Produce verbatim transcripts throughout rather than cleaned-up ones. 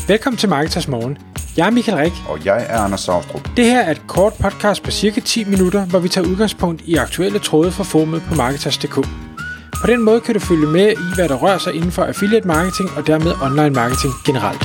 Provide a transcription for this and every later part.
Velkommen til Marketers Morgen. Jeg er Michael Rik. Og jeg er Anders Saustrup. Det her er et kort podcast på cirka ti minutter, hvor vi tager udgangspunkt i aktuelle tråde fra forumet på Marketers punktum d k. På den måde kan du følge med i, hvad der rører sig inden for affiliate marketing og dermed online marketing generelt.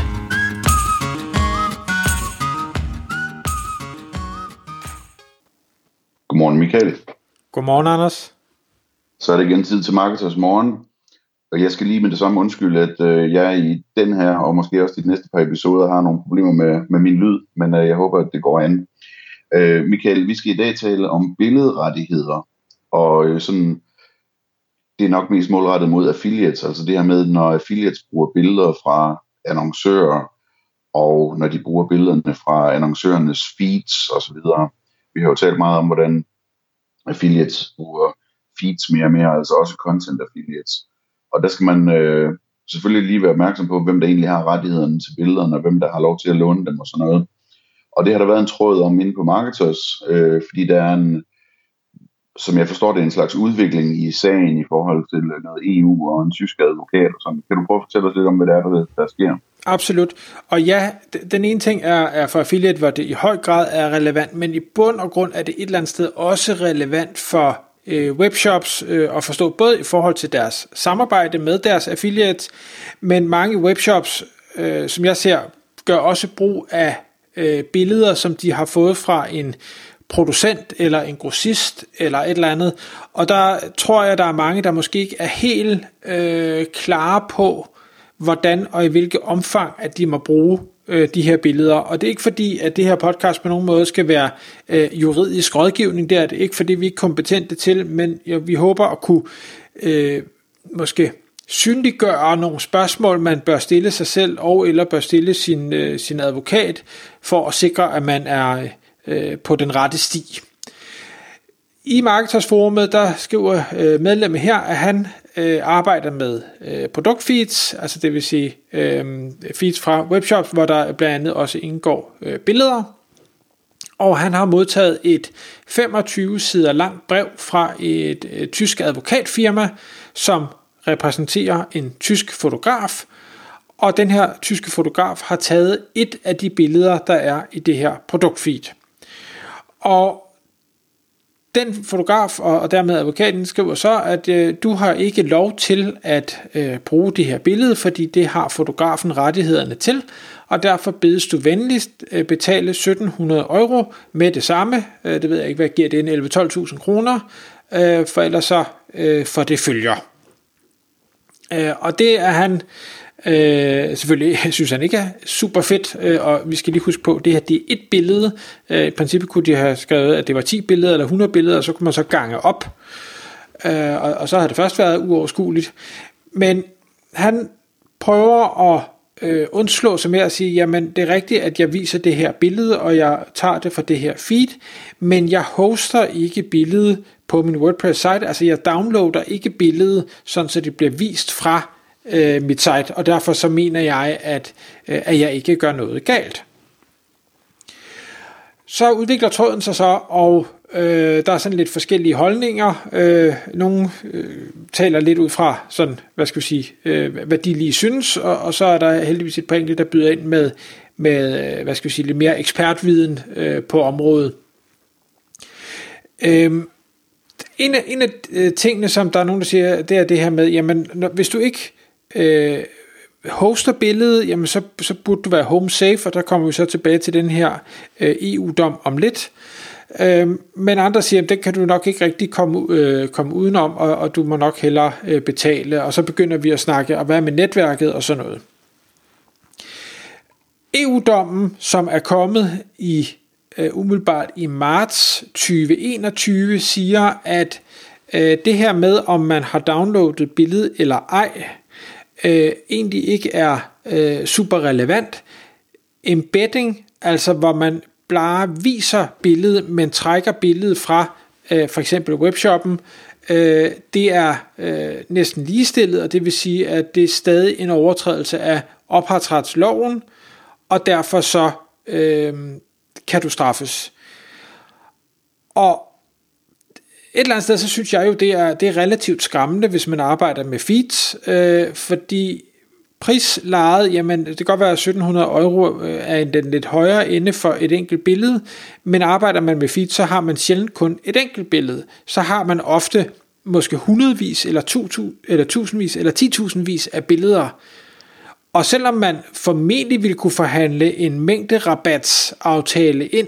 Godmorgen Michael. Godmorgen Anders. Så er det igen tid til Marketers Morgen. Og jeg skal lige med det samme undskylde, at øh, jeg i den her, og måske også de næste par episoder, har nogle problemer med, med min lyd, men øh, jeg håber, at det går an. Øh, Michael, vi skal i dag tale om billedrettigheder, og øh, sådan, det er nok mest målrettet mod affiliates, altså det her med, når affiliates bruger billeder fra annoncører, og når de bruger billederne fra annoncørernes feeds osv. Vi har jo talt meget om, hvordan affiliates bruger feeds mere og mere, altså også content affiliates. Og der skal man øh, selvfølgelig lige være opmærksom på, hvem der egentlig har rettighederne til billederne, og hvem der har lov til at låne dem og sådan noget. Og det har der været en tråd om inde på Marketers, øh, fordi der er en, som jeg forstår det, en slags udvikling i sagen i forhold til noget E U og en tysk advokat og sådan. Kan du prøve at fortælle os lidt om, hvad det er, der, der sker? Absolut. Og ja, den ene ting er, er for affiliate, hvor det i høj grad er relevant, men i bund og grund er det et eller andet sted også relevant for webshops øh, og forstå både i forhold til deres samarbejde med deres affiliates, men mange webshops, øh, som jeg ser, gør også brug af øh, billeder, som de har fået fra en producent eller en grossist eller et eller andet, og der tror jeg, der er mange, der måske ikke er helt øh, klare på, hvordan og i hvilket omfang, at de må bruge de her billeder, og det er ikke fordi, at det her podcast på nogen måde skal være øh, juridisk rådgivning, det er det ikke, fordi vi er ikke kompetente til, men ja, vi håber at kunne øh, måske synliggøre nogle spørgsmål, man bør stille sig selv, og eller bør stille sin, øh, sin advokat, for at sikre, at man er øh, på den rette sti. I Marketers forumet, der skriver øh, medlemmet her, at han øh, arbejder med øh, produktfeeds, altså det vil sige øh, feeds fra webshops, hvor der blandt andet også indgår øh, billeder. Og han har modtaget et femogtyve sider langt brev fra et øh, tysk advokatfirma, som repræsenterer en tysk fotograf. Og den her tyske fotograf har taget et af de billeder, der er i det her produktfeed. Og den fotograf og, og dermed advokaten skriver så, at øh, du har ikke lov til at øh, bruge det her billede, fordi det har fotografen rettighederne til, og derfor bedes du venligst øh, betale sytten hundrede euro med det samme. Øh, det ved jeg ikke, hvad giver det, en elleve til tolv tusind kroner, øh, for ellers så øh, for det følger. Øh, og det er han Øh, selvfølgelig synes han ikke er super fedt, øh, og vi skal lige huske på, det her det er et billede. øh, I princippet kunne de have skrevet, at det var ti billeder eller hundrede billeder, og så kunne man så gange op, øh, og, og så havde det først været uoverskueligt. Men han prøver at øh, undslå sig med at sige, jamen det er rigtigt, at jeg viser det her billede, og jeg tager det fra det her feed, men jeg hoster ikke billedet på min WordPress site, altså jeg downloader ikke billedet, sådan så det bliver vist fra Øh, mit site, og derfor så mener jeg, at, øh, at jeg ikke gør noget galt. Så udvikler tråden sig så, og øh, der er sådan lidt forskellige holdninger. Øh, nogle øh, taler lidt ud fra sådan, hvad skal vi sige, øh, hvad de lige synes, og, og så er der heldigvis et par enkelte, der byder ind med, med hvad skal vi sige, lidt mere ekspertviden øh, på området. Øh, en, af, en af tingene, som der er nogen, der siger, det er det her med, jamen, når, hvis du ikke Øh, hoster billedet, jamen så, så burde du være home safe, og der kommer vi så tilbage til den her øh, E U-dom om lidt. Øh, men andre siger, at den kan du nok ikke rigtig komme, øh, komme udenom, og, og du må nok hellere øh, betale, og så begynder vi at snakke og være med netværket og sådan noget. E U-dommen, som er kommet i øh, umiddelbart i marts tyve enogtyve, siger, at øh, det her med, om man har downloadet billedet eller ej, Øh, egentlig ikke er øh, super relevant. Embedding, altså hvor man bare viser billedet, men trækker billedet fra øh, for eksempel webshoppen, øh, det er øh, næsten ligestillet, og det vil sige, at det er stadig en overtrædelse af ophavsretsloven, og derfor så øh, kan du straffes. Og et eller andet sted, så synes jeg jo, det er, det er relativt skræmmende, hvis man arbejder med feeds, øh, fordi prislejet, jamen det kan godt være, at sytten hundrede euro er den lidt højere ende for et enkelt billede, men arbejder man med feed, så har man sjældent kun et enkelt billede. Så har man ofte måske hundredvis, eller, tusind, eller tusindvis, eller titusindvis af billeder. Og selvom man formentlig ville kunne forhandle en mængde rabatsaftale ind,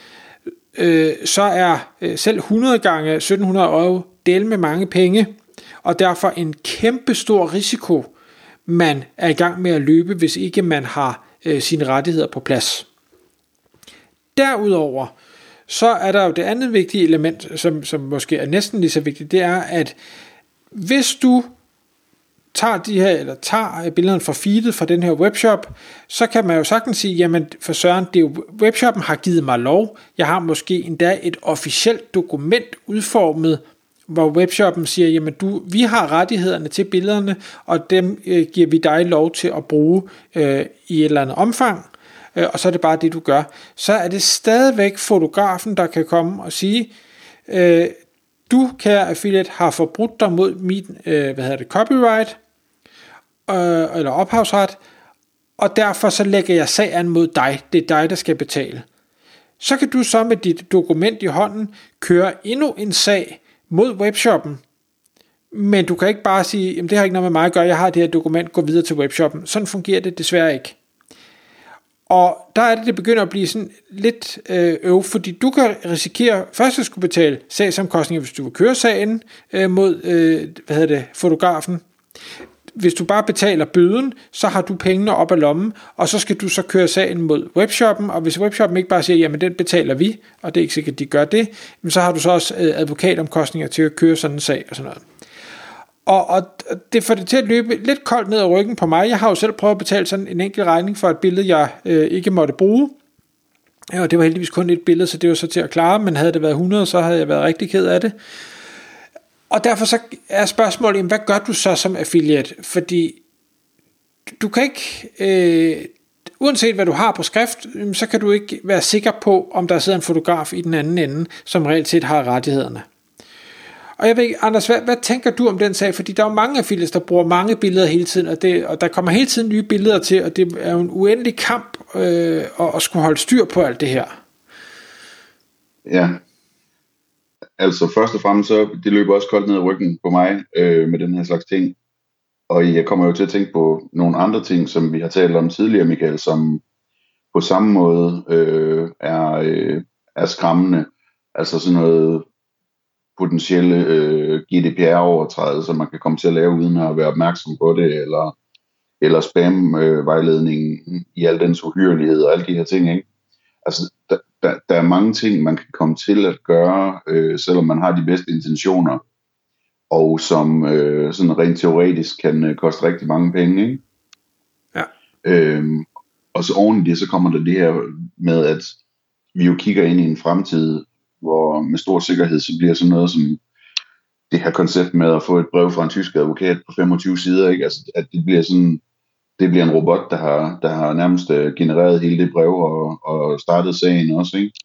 øh, så er øh, selv hundrede gange sytten hundrede euro del med mange penge, og derfor en kæmpe stor risiko, man er i gang med at løbe, hvis ikke man har øh, sine rettigheder på plads. Derudover, så er der jo det andet vigtige element, som, som måske er næsten lige så vigtigt, det er, at hvis du tager de her, eller tager billederne fra feedet fra den her webshop, så kan man jo sagtens sige, jamen for søren, det er jo, webshoppen har givet mig lov, jeg har måske endda et officielt dokument udformet, hvor webshoppen siger, jamen du, vi har rettighederne til billederne, og dem øh, giver vi dig lov til at bruge øh, i et eller andet omfang, øh, og så er det bare det, du gør. Så er det stadigvæk fotografen, der kan komme og sige, øh, du, kære affiliate, har forbrudt dig mod min, øh, hvad hedder det, copyright, øh, eller ophavsret, og derfor så lægger jeg sag an mod dig. Det er dig, der skal betale. Så kan du så med dit dokument i hånden køre endnu en sag mod webshoppen, men du kan ikke bare sige, jamen det har ikke noget med mig at gøre, jeg har det her dokument, gå videre til webshoppen. Sådan fungerer det desværre ikke. Og der er det, det begynder at blive sådan lidt øh, øv, fordi du kan risikere først at skulle betale sagsomkostninger, hvis du vil køre sagen øh, mod øh, hvad hedder det, fotografen. Hvis du bare betaler bøden, så har du pengene op ad lommen, og så skal du så køre sagen mod webshoppen, og hvis webshoppen ikke bare siger, jamen den betaler vi, og det er ikke sikkert, at de gør det, så har du så også øh, advokatomkostninger til at køre sådan en sag og sådan noget. Og, og det får det til at løbe lidt koldt ned ad ryggen på mig. Jeg har jo selv prøvet at betale sådan en enkelt regning for et billede, jeg øh, ikke måtte bruge. Og det var heldigvis kun et billede, så det var så til at klare, men havde det været hundrede, så havde jeg været rigtig ked af det. Og derfor så er spørgsmålet, jamen, hvad gør du så som affiliate? Fordi du kan ikke, øh, uanset hvad du har på skrift, så kan du ikke være sikker på, om der sidder en fotograf i den anden ende, som reelt set har rettighederne. Og jeg ved ikke, Anders, hvad, hvad tænker du om den sag? Fordi der er jo mange affiliates, der bruger mange billeder hele tiden, og, det, og der kommer hele tiden nye billeder til, og det er jo en uendelig kamp øh, at, at skulle holde styr på alt det her. Ja, altså først og fremmest så, det løber også koldt ned ad ryggen på mig øh, med den her slags ting. Og jeg kommer jo til at tænke på nogle andre ting, som vi har talt om tidligere, Michael, som på samme måde øh, er, øh, er skræmmende. Altså sådan noget potentielle øh, G D P R-overtrædelser, man kan komme til at lave uden at være opmærksom på det, eller, eller spam-vejledning øh, i al dens uhyrelighed og alle de her ting, ikke? Altså, der, der, der er mange ting, man kan komme til at gøre, øh, selvom man har de bedste intentioner, og som øh, sådan rent teoretisk kan øh, koste rigtig mange penge, ikke? Ja. Øhm, og så oven i det, så kommer der det her med, at vi jo kigger ind i en fremtid, hvor med stor sikkerhed, så bliver sådan noget som det her koncept med at få et brev fra en tysk advokat på femogtyve sider, ikke? Altså, at det bliver sådan, det bliver en robot, der har, der har nærmest genereret hele det brev og, og startet sagen også, ikke?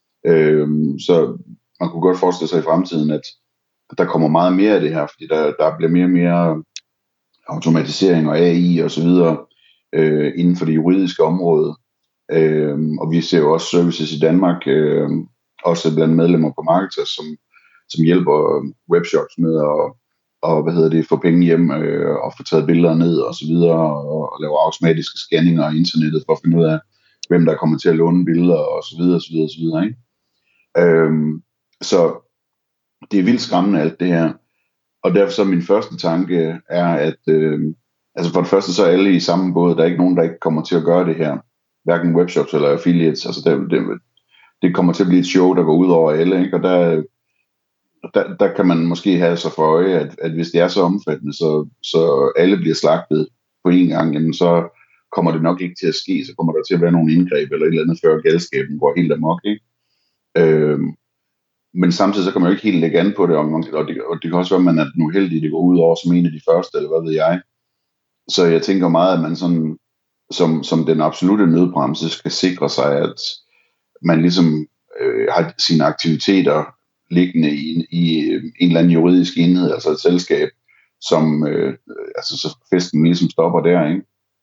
Øhm, så man kunne godt forestille sig i fremtiden, at der kommer meget mere af det her, fordi der, der bliver mere og mere automatisering og A I og så videre øh, inden for det juridiske område. Øhm, og vi ser jo også services i Danmark, øh, også blandt medlemmer på Marketers, som, som hjælper webshops med at og, hvad hedder det, få penge hjem øh, og få taget billeder ned og så videre, og, og lave automatiske scanninger af internettet for at finde ud af, hvem der kommer til at låne billeder og så videre, så videre, så videre, ikke? Øhm, så det er vildt skræmmende alt det her, og derfor så min første tanke er, at øh, altså for det første så er alle i samme båd, der er ikke nogen, der ikke kommer til at gøre det her, hverken webshops eller affiliates, altså det, det, det kommer til at blive et show, der går ud over alle, ikke? Og der, der, der kan man måske have sig for øje, at, at hvis det er så omfattende, så, så alle bliver slagtet på en gang, jamen så kommer det nok ikke til at ske, så kommer der til at være nogle indgreb eller et eller andet, før galskaben går helt amok, ikke? Øhm, men samtidig så kan man jo ikke helt lægge an på det, og, man, og, det, og det kan også være, at man er den uheldige, det går ud over som en af de første, eller hvad ved jeg. Så jeg tænker meget, at man sådan, som, som den absolute nødbremse skal sikre sig, at man ligesom øh, har sine aktiviteter liggende i, i en eller anden juridisk enhed, altså et selskab, som øh, altså så festen ligesom stopper der, ikke?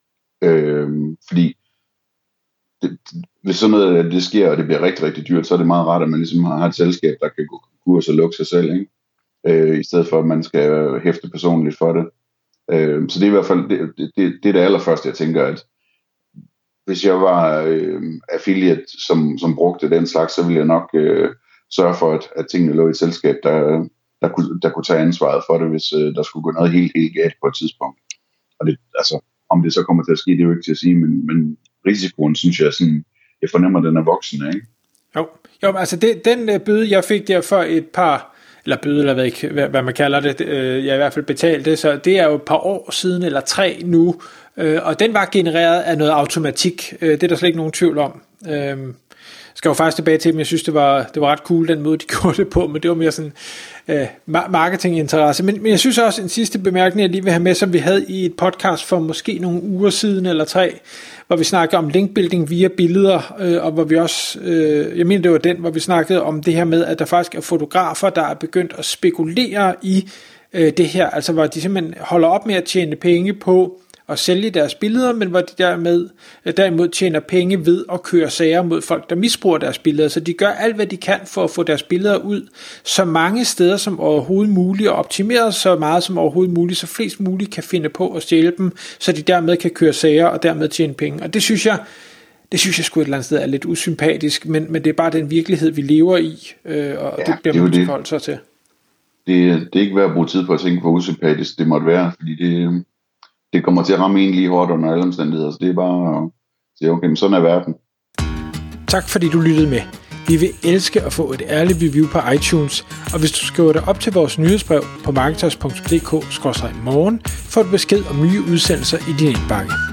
Øh, fordi det, hvis sådan noget det sker, og det bliver rigtig, rigtig dyrt, så er det meget rart, at man ligesom har et selskab, der kan gå konkurs og lukke sig selv, ikke? Øh, i stedet for, at man skal hæfte personligt for det. Øh, så det er i hvert fald det, det, det, det er det allerførste, jeg tænker, at hvis jeg var øh, affiliate, som, som brugte den slags, så ville jeg nok øh, sørge for, at, at tingene lå i et selskab, der, der, kunne, der kunne tage ansvaret for det, hvis øh, der skulle gå noget helt, helt galt på et tidspunkt. Og det, altså, om det så kommer til at ske, det er jo ikke til at sige, men, men risikoen, synes jeg, sådan, jeg fornemmer, at den er voksen, ikke? Jo, jo altså det, den bøde, jeg fik der for et par, eller bøde, eller hvad, ikke, hvad, hvad man kalder det, øh, jeg i hvert fald betalte, så det er jo et par år siden, eller tre nu, øh, og den var genereret af noget automatik, øh, det er der slet ikke nogen tvivl om. Øh, skal jo faktisk tilbage til, men jeg synes, det var, det var ret cool, den måde, de gjorde det på, men det var mere sådan øh, marketinginteresse. Men, men jeg synes også, en sidste bemærkning, jeg lige vil have med, som vi havde i et podcast for måske nogle uger siden, eller tre, hvor vi snakkede om linkbuilding via billeder, øh, og hvor vi også, øh, jeg mener, det var den, hvor vi snakkede om det her med, at der faktisk er fotografer, der er begyndt at spekulere i øh, det her, altså hvor de simpelthen holder op med at tjene penge på at sælge deres billeder, men hvor de dermed, derimod tjener penge ved at køre sager mod folk, der misbruger deres billeder. Så de gør alt, hvad de kan for at få deres billeder ud så mange steder som overhovedet muligt, og optimeret så meget som overhovedet muligt, så flest muligt kan finde på at stjæle dem, så de dermed kan køre sager og dermed tjene penge. Og det synes jeg, det synes jeg sgu et eller andet sted er lidt usympatisk, men, men det er bare den virkelighed, vi lever i, øh, og ja, det bliver man nødt til at forholde sig til. Det, det er ikke værd at bruge tid på at tænke på usympatisk, det måtte være, fordi det... Det kommer til at ramme en lige hårdt under alle omstændigheder, så det er bare at sige, okay, men sådan er verden. Tak fordi du lyttede med. Vi vil elske at få et ærligt review på iTunes, og hvis du skriver dig op til vores nyhedsbrev på marketers punktum d k skråstreg morgen, får du besked om nye udsendelser i din indbakke.